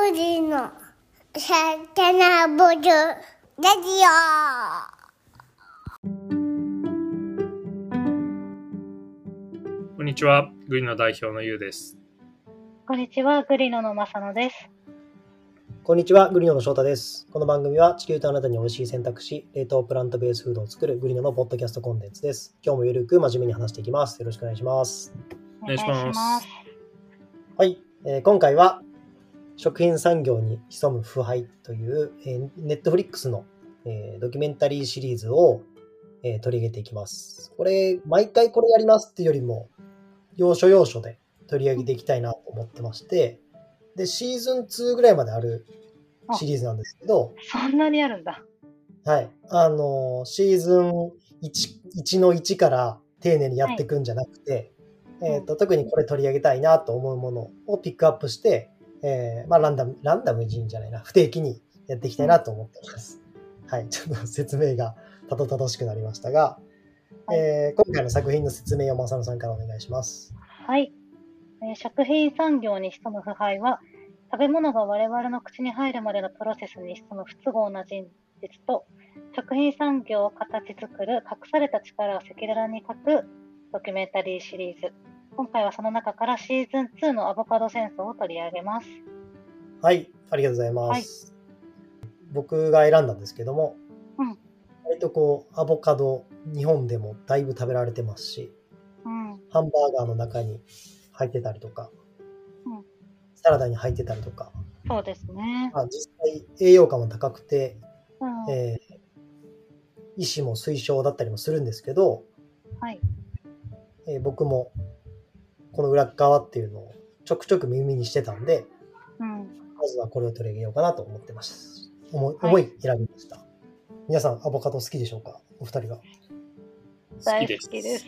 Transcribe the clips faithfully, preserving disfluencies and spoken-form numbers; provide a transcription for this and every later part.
グリのサタナボルラジオ。こんにちは、グリの代表のゆうです。 こんにちは、グリノのまさのです。 こんにちは、グリノの翔太です。この番組は地球とあなたに美味しい選択肢、冷凍プラントベースフードを作るグリノのポッドキャストコンテンツです。今日もゆるく真面目に話していきます。よろしくお願いします。 お願いします。 はい、えー、今回は食品産業に潜む腐敗という、えー、ネットフリックスの、えー、ドキュメンタリーシリーズを、えー、取り上げていきます。これ、毎回これやりますっていうよりも、要所要所で取り上げていきたいなと思ってまして、で、シーズンツーぐらいまであるシリーズなんですけど、 そんなにあるんだ。 はい。あの、シーズン 1, 1のいちから丁寧にやっていくんじゃなくて、はい、えーと、特にこれ取り上げたいなと思うものをピックアップして、えー、まあ、ランダム、ランダム人じゃないな、不定期にやっていきたいなと思っています。うん、はい。ちょっと説明がたどたどしくなりましたが、はい、えー、今回の作品の説明を正野さんからお願いします。 はい。えー、食品産業に潜む腐敗は、食べ物が我々の口に入るまでのプロセスに潜む不都合な事実と、食品産業を形作る隠された力を赤裸々に書くドキュメンタリーシリーズ。今回はその中からシーズンツーのアボカド戦争を取り上げます。 はい、ありがとうございます。はい、僕が選んだんですけども、うん、割とこうアボカド日本でもだいぶ食べられてますし、うん、ハンバーガーの中に入ってたりとか、うん、サラダに入ってたりとか、 そうですね。 まあ、実際栄養価も高くて、 うんえー、医師も推奨だったりもするんですけど、 はいえー、僕もこの裏側っていうのをちょくちょく耳にしてたんで、うん、まずはこれを取り上げようかなと思ってました。思い、思い選びました。はい、皆さんアボカド好きでしょうか？お二人は。 大好きです。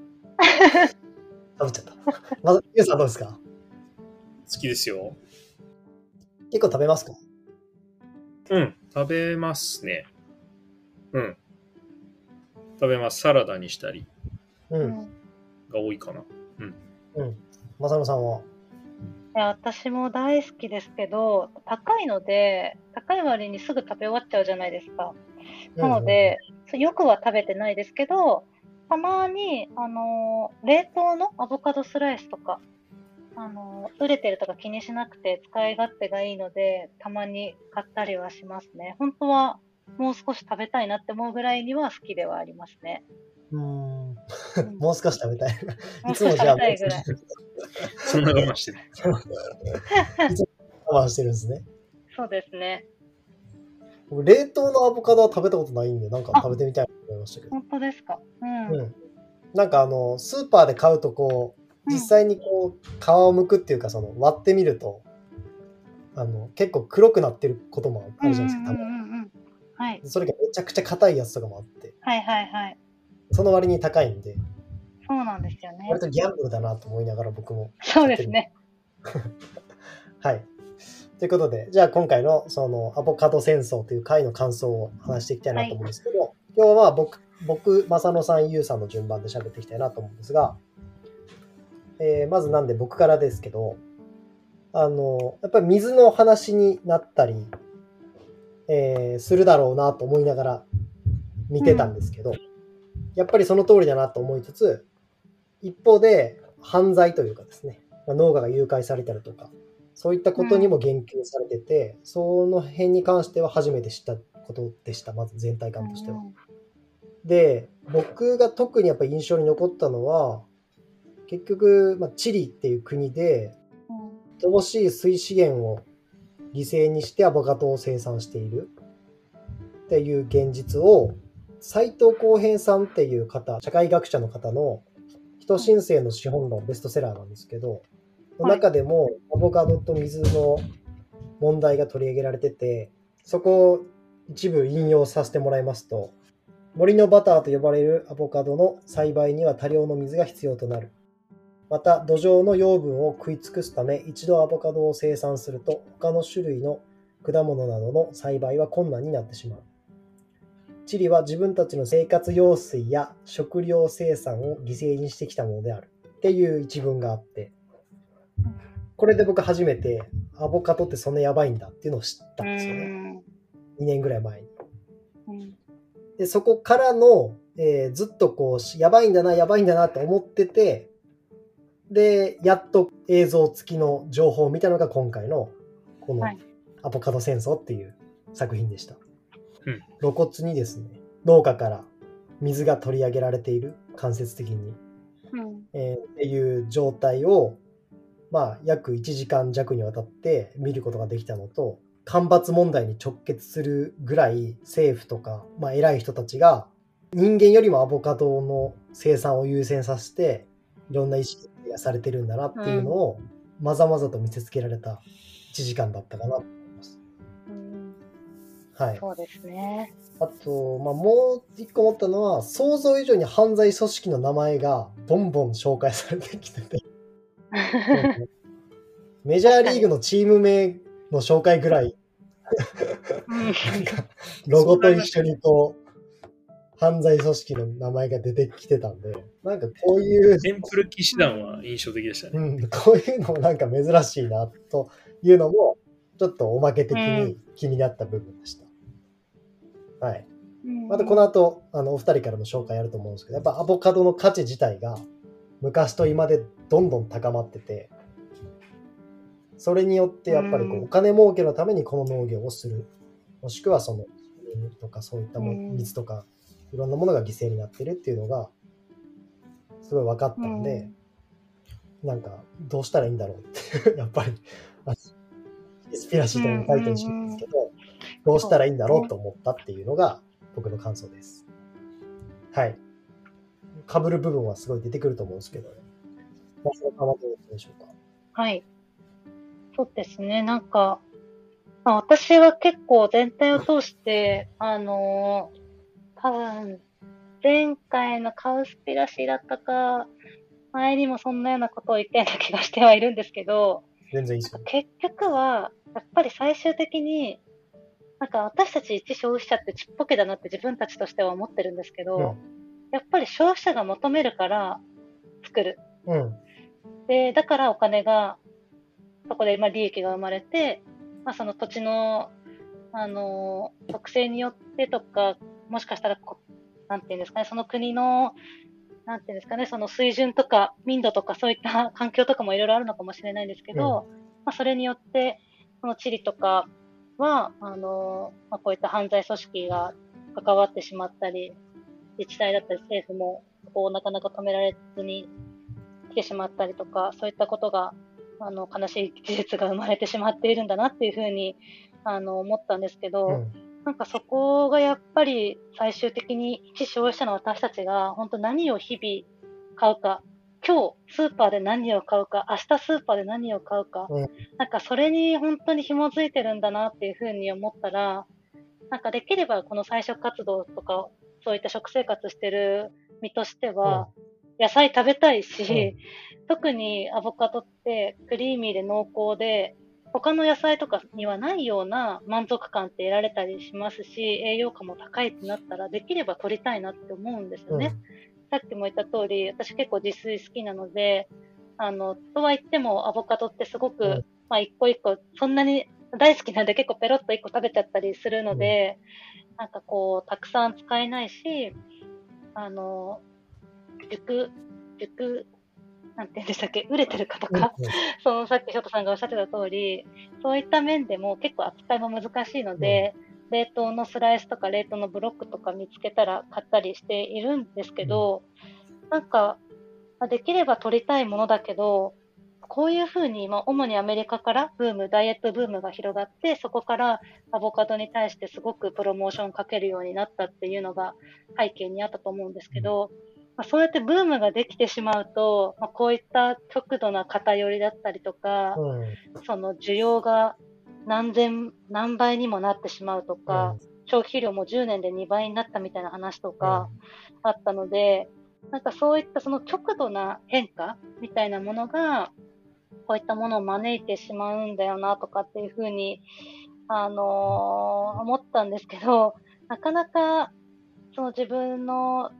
食べちゃった。まず、ゆうさんどうですか？ 好きですよ。 結構食べますか？ うん、食べますね。うん。食べます。サラダにしたり。 うん。 が多いかな。うん。 うん。まさのさんは？ いや、私も大好きですけど、高いので、高い割にすぐ食べ終わっちゃうじゃないですか。なので、うんうん、よくは食べてないですけど、たまに、あのー、冷凍のアボカドスライスとか、あのー、売れてるとか気にしなくて使い勝手がいいので、たまに買ったりはしますね。本当はもう少し食べたいなって思うぐらいには好きではありますね。 うーんもう少し食べたい。 いつもじゃあもう少しそんな我慢してる。 いつも我慢してるんですね。 そうですね。 冷凍のアボカドは食べたことないんで、なんか食べてみたいと思いましたけど。 本当ですか？うん。 うん、なんかあのスーパーで買うとこう実際にこう皮を剥くっていうか、その割ってみるとあの結構黒くなってることもあるじゃないですか。 はい。 それがめちゃくちゃ硬いやつとかもあって。 はいはいはい。 その割に高いんで。 そうなんですよね。 割とギャンブルだなと思いながら僕も。 そうですね。 はい。ということで、じゃあ今回のそのアボカド戦争という回の感想を話していきたいなと思うんですけど、はい、今日は僕、僕、正野さん、ゆうさんの順番で喋っていきたいなと思うんですが、えー、まずなんで僕からですけど、あの、やっぱり水の話になったり、えー、するだろうなと思いながら見てたんですけど、うん、やっぱりその通りだなと思いつつ、一方で犯罪というかですね、まあ、農家が誘拐されたりとか、そういったことにも言及されてて、うん、その辺に関しては初めて知ったことでした。まず全体感としては。うん、で、僕が特にやっぱり印象に残ったのは、結局、まあ、チリっていう国で、乏しい水資源を犠牲にしてアボカドを生産しているっていう現実を、斉藤浩平さんっていう方、社会学者の方の人申請の資本論、ベストセラーなんですけど、の中でもアボカドと水の問題が取り上げられてて、そこを一部引用させてもらいますと、森のバターと呼ばれるアボカドの栽培には多量の水が必要となる。また土壌の養分を食い尽くすため、一度アボカドを生産すると他の種類の果物などの栽培は困難になってしまう。チリは自分たちの生活用水や食料生産を犠牲にしてきたものであるっていう一文があって、 これで僕初めてアボカドってそんなやばいんだっていうのを知ったんですよね。 うんにねんぐらい前に。 うんで、そこからの、えーずっとこう、やばいんだな、やばいんだなって思ってて、で、やっと映像付きの情報を見たのが今回のこのはいアボカド戦争っていう作品でした。 うん露骨にですね、農家から水が取り上げられている、間接的に、 うんえーっていう状態を、まあ、約いちじかん弱にわたって見ることができたのと、干ばつ問題に直結するぐらい政府とか、まあ、偉い人たちが人間よりもアボカドの生産を優先させていろんな意識がされてるんだなっていうのをまざまざと見せつけられたいちじかんだったかなと思います。 うんはい。 そうですね。 あと、まあ、もう一個思ったのは、想像以上に犯罪組織の名前がボンボン紹介されてきててメジャーリーグのチーム名の紹介ぐらいうんなんかロゴと一緒にこう犯罪組織の名前が出てきてたんで、なんかこういう、 テンプル騎士団は印象的でしたね。 うん、こういうのもなんか珍しいなというのもちょっとおまけ的に気になった部分でした。はい。またこの後あのお二人からの紹介あると思うんですけど、やっぱアボカドの価値自体が昔と今でどんどん高まってて、それによってやっぱりこうお金儲けのためにこの農業をする、もしくはそのとかそういったも水とかいろんなものが犠牲になってるっていうのがすごい分かったんで、なんかどうしたらいいんだろうってやっぱりインスピラシーとも書いてほしいんですけど、どうしたらいいんだろうと思ったっていうのが僕の感想です。はい。被る部分はすごい出てくると思うんですけどね。まあ、そのかはどうでしょうか。 はい。そうですね。なんか、まあ、私は結構全体を通して、あのー、多分、前回のカウスピラシーだったか、前にもそんなようなことを言ったような気がしてはいるんですけど、 全然いいですよ。 結局は、やっぱり最終的に、なんか私たち一消費者ってちっぽけだなって自分たちとしては思ってるんですけど、 うん、 やっぱり消費者が求めるから作る。 うん、 で、だからお金が、そこでまあ利益が生まれて、まあ、その土地の、あのー、特性によってとか、もしかしたらこ、なんていうんですかね、その国の、なんていうんですかね、その水準とか民度とかそういった環境とかもいろいろあるのかもしれないんですけど、 うん、 まあ、それによって、その地理とかは、あのー、まあ、こういった犯罪組織が関わってしまったり、自治体だったり政府も、こう、なかなか止められずに来てしまったりとか、そういったことが、あの、悲しい事実が生まれてしまっているんだなっていうふうに、あの、思ったんですけど、 うん、 なんかそこがやっぱり最終的に一消費者の私たちが本当何を日々買うか、今日スーパーで何を買うか、明日スーパーで何を買うか、 うん、 なんかそれに本当に紐づいてるんだなっていうふうに思ったら、なんかできればこの菜食活動とか、そういった食生活してる身としては、野菜食べたいし、 うん、 特にアボカドってクリーミーで濃厚で、他の野菜とかにはないような満足感って得られたりしますし、栄養価も高いってなったら、できれば取りたいなって思うんですよね。さっきも言った通り、私結構自炊好きなので、あの、とは言ってもアボカドってすごく、 うん、 まあ一個一個、そんなに大好きなんで結構ペロッと一個食べちゃったりするので、うん、なんかこう、たくさん使えないし、あの、熟、熟、なんて言うんでしたっけ、売れてるかとか、うん、そのさっきショットさんがおっしゃってた通り、そういった面でも結構扱いも難しいので、うん、冷凍のスライスとか冷凍のブロックとか見つけたら買ったりしているんですけど、うん、なんか、できれば取りたいものだけど、こういうふうに、まあ、主にアメリカからブーム、ダイエットブームが広がって、そこからアボカドに対してすごくプロモーションをかけるようになったっていうのが背景にあったと思うんですけど、まあ、そうやってブームができてしまうと、まあ、こういった極度な偏りだったりとか、うん、その需要が何千、何倍にもなってしまうとか、うん、消費量もじゅうねんでにばいになったみたいな話とかあったので、うん、なんかそういったその極度な変化みたいなものが、こういったものを招いてしまうんだよなとかっていうふうに、あのー、思ったんですけど、なかなかその自分の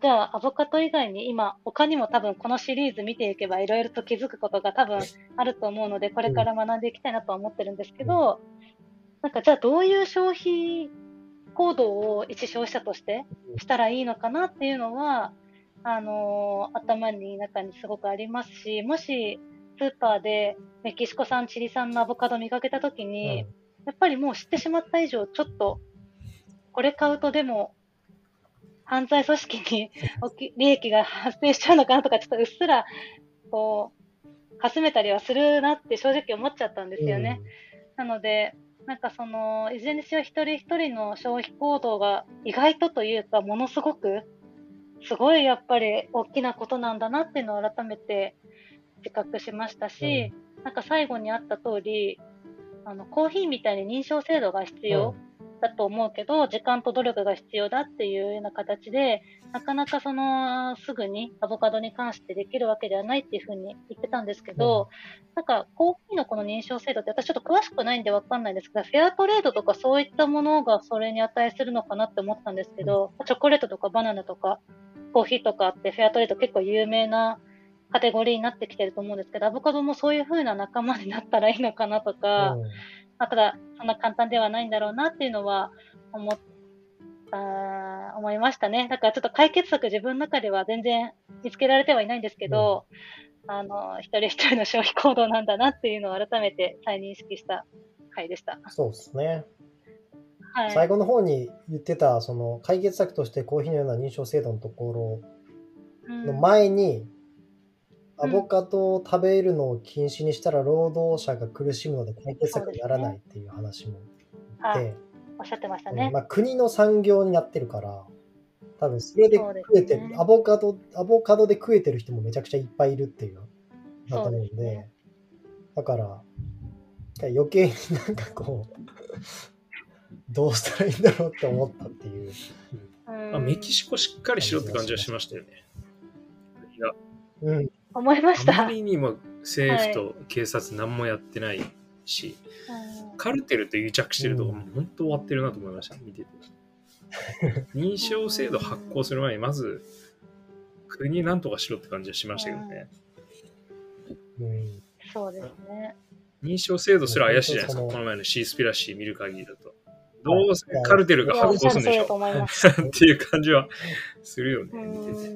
じゃあアボカド以外に今他にも多分このシリーズ見ていけばいろいろと気づくことが多分あると思うので、これから学んでいきたいなとは思ってるんですけど、なんかじゃあどういう消費行動を一消費者としてしたらいいのかなっていうのは、あのー頭に中にすごくありますし、もしスーパーでメキシコ産、チリ産のアボカド見かけたときに、やっぱりもう知ってしまった以上、ちょっとこれ買うとでも犯罪組織に利益が発生しちゃうのかなとか、ちょっとうっすらこうかすめたりはするなって正直思っちゃったんですよね。なので、なんかそのいずれにせよ一人一人の消費行動が意外とというか、ものすごくすごいやっぱり大きなことなんだなっていうのを改めて自覚しましたし、なんか最後にあった通り、あのコーヒーみたいに認証制度が必要だと思うけど、時間と努力が必要だっていうような形で、なかなかそのすぐにアボカドに関してできるわけではないっていうふうに言ってたんですけど、なんかコーヒーのこの認証制度って私ちょっと詳しくないんでわかんないんですけど、フェアトレードとかそういったものがそれに値するのかなって思ったんですけど、チョコレートとかバナナとかコーヒーとかってフェアトレード結構有名なカテゴリーになってきてると思うんですけど、アボカドもそういう風な仲間になったらいいのかなとか、 うんまあ、ただそんな簡単ではないんだろうなっていうのは思った思いましたね。だからちょっと解決策自分の中では全然見つけられてはいないんですけど、あの一人一人の消費行動なんだなっていうのを改めて再認識した回でした。 そうですね。 はい、 最後の方に言ってたその解決策としてコーヒーのような認証制度のところの前に、うん、アボカドを食べるのを禁止にしたら労働者が苦しむので解決策にならないっていう話もあって、 おっしゃってましたね。 うんまあ、国の産業になってるから多分それで食えてる、ね、アボカドアボカドで食えてる人もめちゃくちゃいっぱいいるっていうだと思うんで、ね、だから余計になんかこうどうしたらいいんだろうって思ったっていう、 うん、あメキシコしっかりしろって感じはしましたよね。いや、 うん、 思いました。 あまりにも政府と警察何もやってないし、はい、カルテルと癒着してるとこも本当終わってるなと思いました、見てて。認証制度発行する前にまず国なんとかしろって感じはしましたけどね。 うん、そうですね。 認証制度すら怪しいじゃないですか。この前のシースピラシー見る限りだと。どうせカルテルが発行するんでしょうっていう感じはするよね。見てて。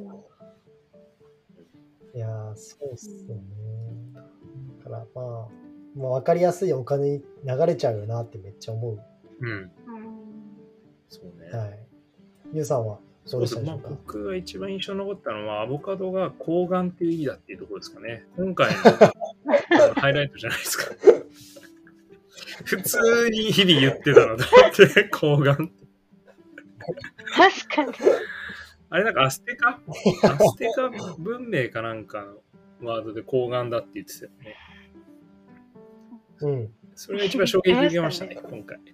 いやー、そうっすよね。だからまあ、もう分かりやすいお金に流れちゃうよなってめっちゃ思う。 うん。そうね。 はい。ゆうさんはどうでしたでしょうか？ まあ、僕が一番印象に残ったのは、アボカドが抗がんっていう意味だっていうところですかね。今回のハイライトじゃないですか。普通に日々言ってたのだって、抗がんって。 確かに。 あれなんかアステカアステカ文明かなんかのワードで抗がんだって言ってたよね。 うん。 それが一番衝撃受けましたね、今回。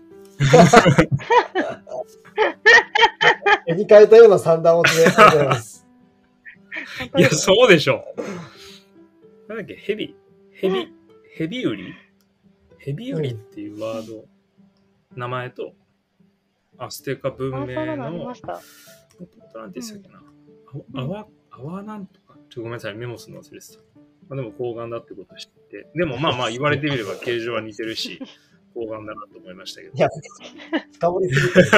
絵に変えたような三段落ちでございます。 いや、そうでしょ。なんだっけ、ヘビ、ヘビ、ヘビウリヘビウリっていうワード、うん、名前と、アステカ文明の、なんて言ったっけな、うん、あわ、あわなんとか、ちょっとごめんなさい、メモするの忘れてた。まあ、でも、抗がんだってことを知って、でもまあまあ言われてみれば形状は似てるし、抗がんだなと思いましたけど。 いや、深掘りすぎて。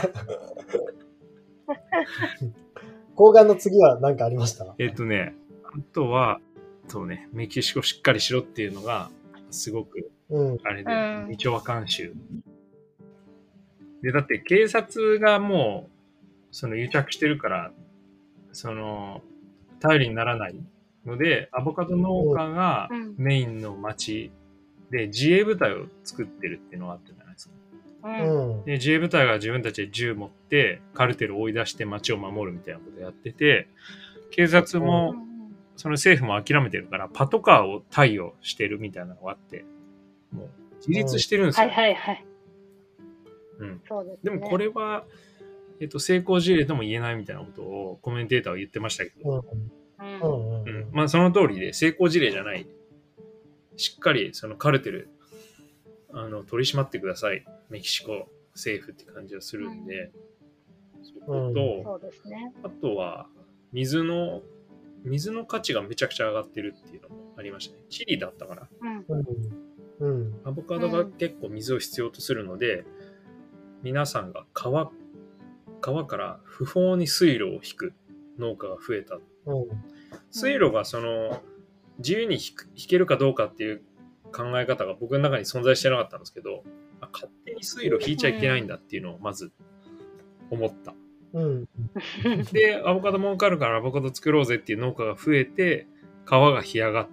抗がんの次は何かありました？ えっとね、あとは、そうね、メキシコしっかりしろっていうのが、すごく、うん、あれで、二丁和監修。で、だって警察がもう、その癒着してるから、その、頼りにならないので、アボカド農家がメインの町で自衛部隊を作ってるっていうのがあったじゃないですか。うん、で自衛部隊が自分たちで銃持ってカルテルを追い出して町を守るみたいなことをやってて、警察もその政府も諦めてるからパトカーを貸与してるみたいなのがあって、もう自立してるんですよ。 はいはいはい。 うん。そうですね。でもこれは、えっと、成功事例とも言えないみたいなことをコメンテーターは言ってましたけど、うんうんうん、まあその通りで成功事例じゃない。しっかりそのカルテルあの取り締まってください、メキシコ政府って感じがするんで、うん、 と、 そうですね。 あとは水の水の価値がめちゃくちゃ上がってるっていうのもありましたね。チリだったかな。 うん。 うん。 アボカドが結構水を必要とするので、皆さんが川川から不法に水路を引く農家が増えた。 うん。 水路がその自由に引く引けるかどうかっていう考え方が僕の中に存在してなかったんですけど、あ、勝手に水路引いちゃいけないんだっていうのをまず思った。 うん。 で、アボカド儲かるからアボカド作ろうぜっていう農家が増えて、川が干上がった。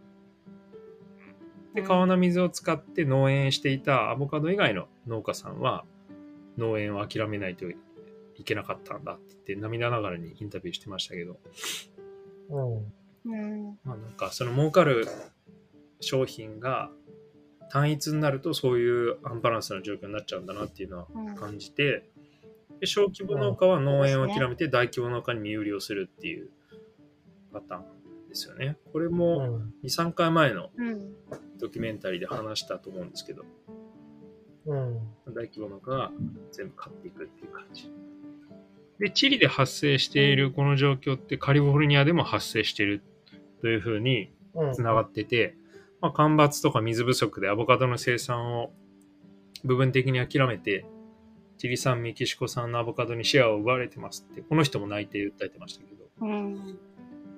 で、川の水を使って農園していたアボカド以外の農家さんは、農園を諦めないといけなかったんだって言って涙ながらにインタビューしてましたけど、 うん。 まあなんかその儲かる商品が単一になるとそういうアンバランスな状況になっちゃうんだなっていうのは感じて、で小規模農家は農園を諦めて大規模農家に身売りをするっていうパターンですよね。これもに、さんかいまえのドキュメンタリーで話したと思うんですけど、 うん、 大規模農家が全部買っていくっていう感じで、チリで発生しているこの状況ってカリフォルニアでも発生しているというふうにつながってて、まあ、干ばつとか水不足でアボカドの生産を部分的に諦めてチリ産メキシコ産のアボカドにシェアを奪われてますってこの人も泣いて訴えてましたけど、 うんうん、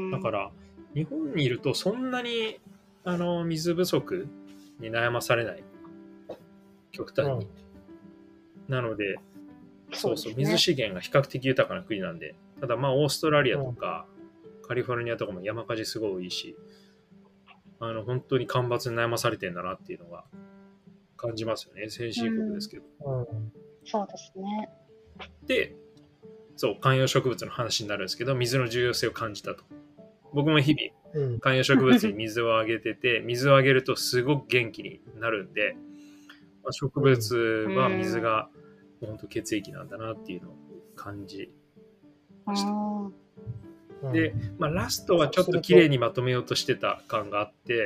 だから日本にいるとそんなにあの水不足に悩まされない、極端に、うん、なのでそうそう、水資源が比較的豊かな国なんで、ただまあオーストラリアとか、うん、カリフォルニアとかも山火事すごい多いし、あの本当に干ばつに悩まされてんだなっていうのが感じますよね。先進国ですけど、 うんうん、そうですね。 で、そう観葉植物の話になるんですけど、水の重要性を感じたと。僕も日々観葉植物に水をあげてて、水をあげるとすごく元気になるんで、まあ、植物は水が本当血液なんだなっていうのを感じました。で、まあ、ラストはちょっと綺麗にまとめようとしてた感があって、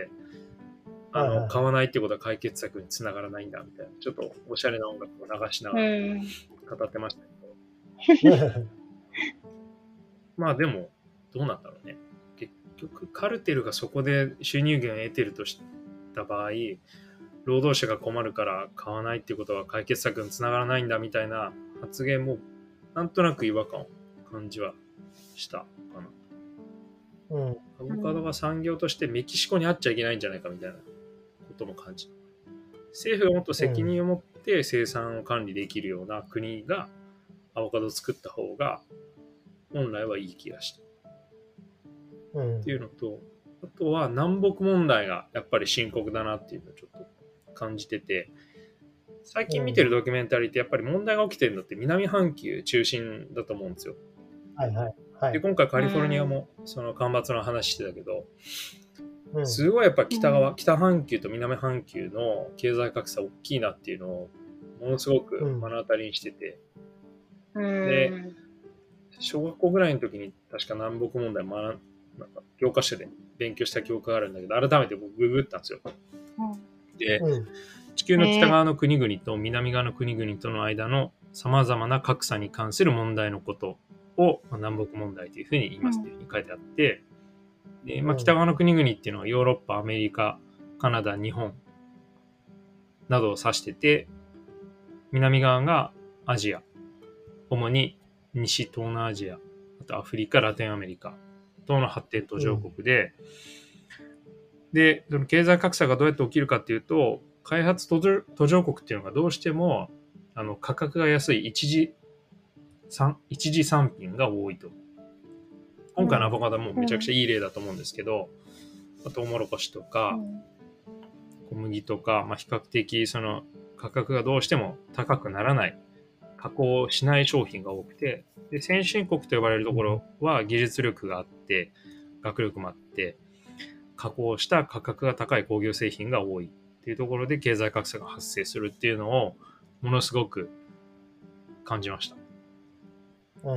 あの買わないってことは解決策につながらないんだみたいな、ちょっとおしゃれな音楽を流しながら語ってましたけど、まあでもどうなんだろうね。結局カルテルがそこで収入源を得てるとした場合、労働者が困るから買わないっていうことは解決策につながらないんだみたいな発言もなんとなく違和感を感じはしたかな。うん、アボカドが産業としてメキシコにあっちゃいけないんじゃないかみたいなことも感じた。政府がもっと責任を持って生産を管理できるような国がアボカドを作った方が本来はいい気がした。うん、っていうのと、あとは南北問題がやっぱり深刻だなっていうのをちょっと感じてて、最近見てるドキュメンタリーってやっぱり問題が起きてるのって南半球中心だと思うんですよ。 はいはいはい、 で今回カリフォルニアもその干ばつの話してたけど、うん、すごいやっぱ北側、うん、北半球と南半球の経済格差大きいなっていうのをものすごく目の当たりにしてて、うん、で小学校ぐらいの時に確か南北問題学んなんか教科書で勉強した記憶があるんだけど、改めて僕ググったんですよ。うんで、うん、地球の北側の国々と南側の国々との間のさまざまな格差に関する問題のことを、まあ、南北問題というふうに言いますというふうに書いてあって、でまあ、北側の国々っていうのはヨーロッパ、アメリカ、カナダ、日本などを指してて、南側がアジア、主に西東南アジア、あとアフリカ、ラテンアメリカ等の発展途上国で、うん、で、その経済格差がどうやって起きるかっていうと、開発途上、途上国っていうのがどうしてもあの価格が安い一次産一次産品が多いと。今回のアボカドもめちゃくちゃいい例だと思うんですけど、うん、トウモロコシとか、うん、小麦とか、まあ、比較的その価格がどうしても高くならない、加工しない商品が多くて、で先進国と呼ばれるところは技術力があって、学力もあって、加工した価格が高い工業製品が多いっていうところで経済格差が発生するっていうのをものすごく感じました。うん。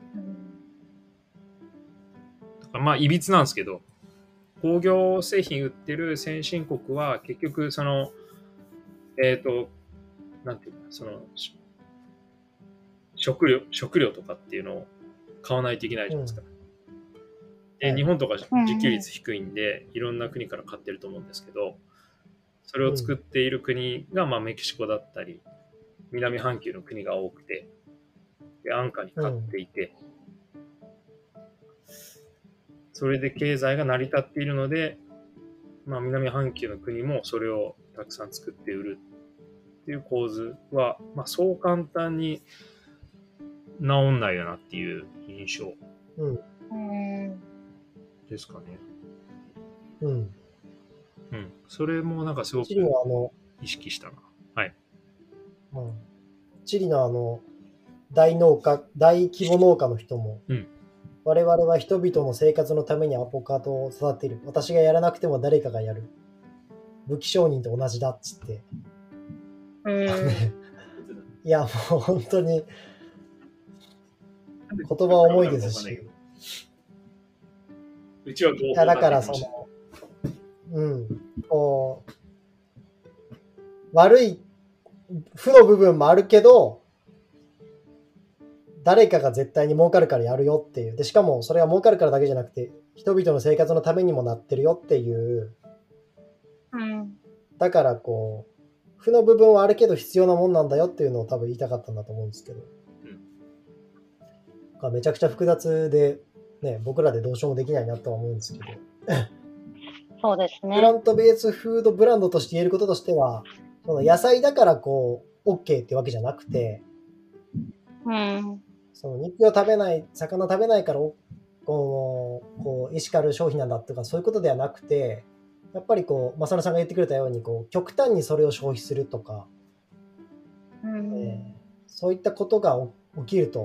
だからまあいびつなんですけど、工業製品売ってる先進国は結局そのえっとなんていうかその食料、食料とかっていうのを買わないといけないじゃないですか。うん、で、はい、日本とか自給率低いんで、いろんな国から買ってると思うんですけど、それを作っている国が、まあ、メキシコだったり、南半球の国が多くて、で安価に買っていて、うん、それで経済が成り立っているので、まあ、南半球の国もそれをたくさん作って売るっていう構図は、まあ、そう簡単に治んないよなっていう印象ですかね。 うん。 うん。それもなんかすごく意識したな。はい。 うん。チリのあの、大農家、大規模農家の人も、うん、我々は人々の生活のためにアボカドを育てる。私がやらなくても誰かがやる。武器商人と同じだっつって。うん、いや、もう本当に、言葉重いですし。 うちはどういや、だからその、うん、こう、悪い、負の部分もあるけど、誰かが絶対に儲かるからやるよっていう。で、しかもそれが儲かるからだけじゃなくて、人々の生活のためにもなってるよっていう。 うん、 だからこう、負の部分はあるけど必要なもんなんだよっていうのを多分言いたかったんだと思うんですけど。うん、めちゃくちゃ複雑で、ね、僕らでどうしようもできないなとは思うんですけど。 そうですね。 プラントベースフードブランドとして言えることとしては、その野菜だからこう、OK ってわけじゃなくて、 うん、 その肉を食べない、魚食べないから、この、こう、エシカル商品なんだとか、そういうことではなくて、やっぱりこう、正野さんが言ってくれたように、こう、極端にそれを消費するとか、 うんえー、そういったことが起きると、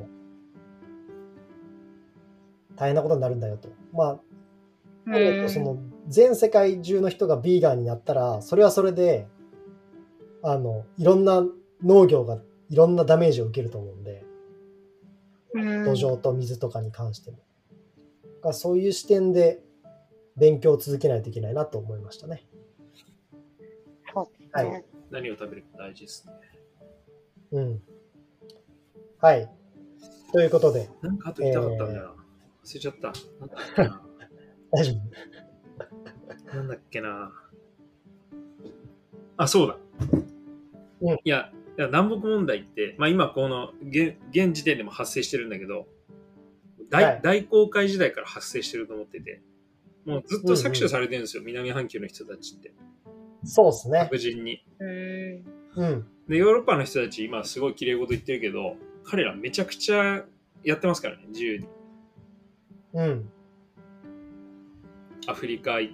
大変なことになるんだよと。まあ、うん、その全世界中の人がビーガンになったら、それはそれで、あの、いろんな農業がいろんなダメージを受けると思うんで、 うん、 土壌と水とかに関しても。そういう視点で勉強を続けないといけないなと思いましたね。 そうですね。 はい。何を食べるか大事ですね。 うん。はい。ということで。 なんかあと言いたかったんだよ。えー、忘れちゃった。なんだっけな。 大丈夫。なんだっけな。あ、そうだ。 うん、 いや、いや南北問題って、まあ今この現、現時点でも発生してるんだけど、大、はい、大航海時代から発生してると思ってて、もうずっと搾取されてるんですよ、うんうん、南半球の人たちって。 そうですね。 白人に。 うん。 で、ヨーロッパの人たち今すごい綺麗事言ってるけど、彼らめちゃくちゃやってますからね、自由に。 うん。 アフリカ行って、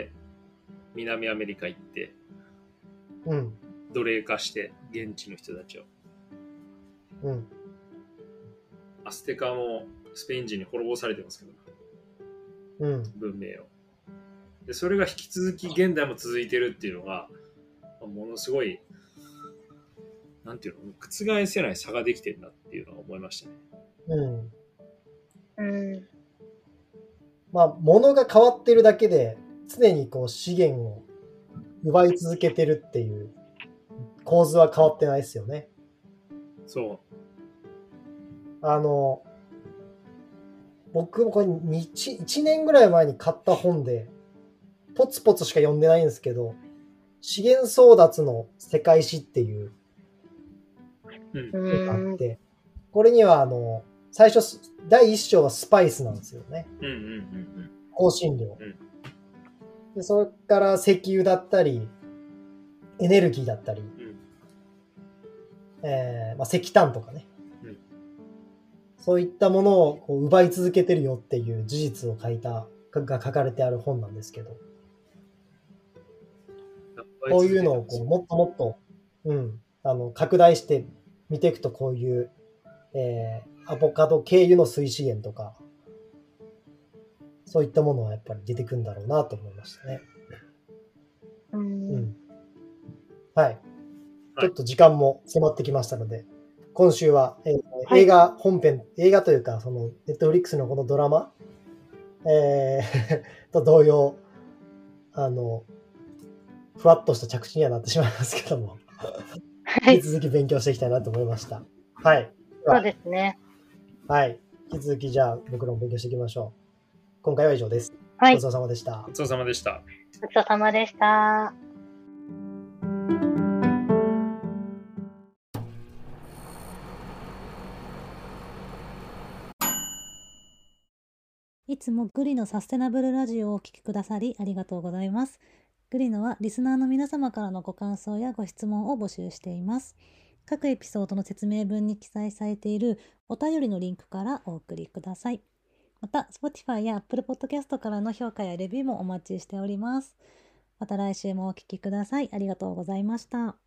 南アメリカ行って、 うん。 奴隷化して現地の人たちを、 うん、 アステカもスペイン人に滅ぼされてますけど、うん、 文明をでそれが引き続き現代も続いてるっていうのがものすごいなんていうの覆せない差ができてるなっていうのは思いましたね。 うん、 うん、 まあ物が変わってるだけで常にこう資源を奪い続けてるっていう構図は変わってないですよね。 そう。 あの、僕もこれ 1, 1年ぐらい前に買った本で、ポツポツしか読んでないんですけど、資源争奪の世界史っていうのがあって、これにはあの、最初、だいいっ章はスパイスなんですよね。 うんうんうんうん、 香辛料、 うん。 で。それから石油だったり、エネルギーだったり、 うんえーまあ、石炭とかね、 うん、 そういったものをこう奪い続けてるよっていう事実を書いたが書かれてある本なんですけど、こういうのをこうもっともっと、うん、あの拡大して見ていくとこういう、えー、アボカド経由の水資源とかそういったものはやっぱり出てくるんだろうなと思いましたね。 うん、 うんはい。ちょっと時間も迫ってきましたので、今週は、えーはい、映画本編、映画というか、その、ネットフリックスのこのドラマ、えー、と同様、あの、ふわっとした着地にはなってしまいますけども、引き続き勉強していきたいなと思いました。はい。 そうですね。 はい。引き続きじゃあ僕らも勉強していきましょう。今回は以上です。 はい。 ごちそうさまでした。 ごちそうさまでした。 ごちそうさまでした。 いつもグリのサステナブルラジオをお聞きくださりありがとうございます。グリノはリスナーの皆様からのご感想やご質問を募集しています。各エピソードの説明文に記載されているお便りのリンクからお送りください。また、Spotify や Apple Podcast からの評価やレビューもお待ちしております。また来週もお聞きください。ありがとうございました。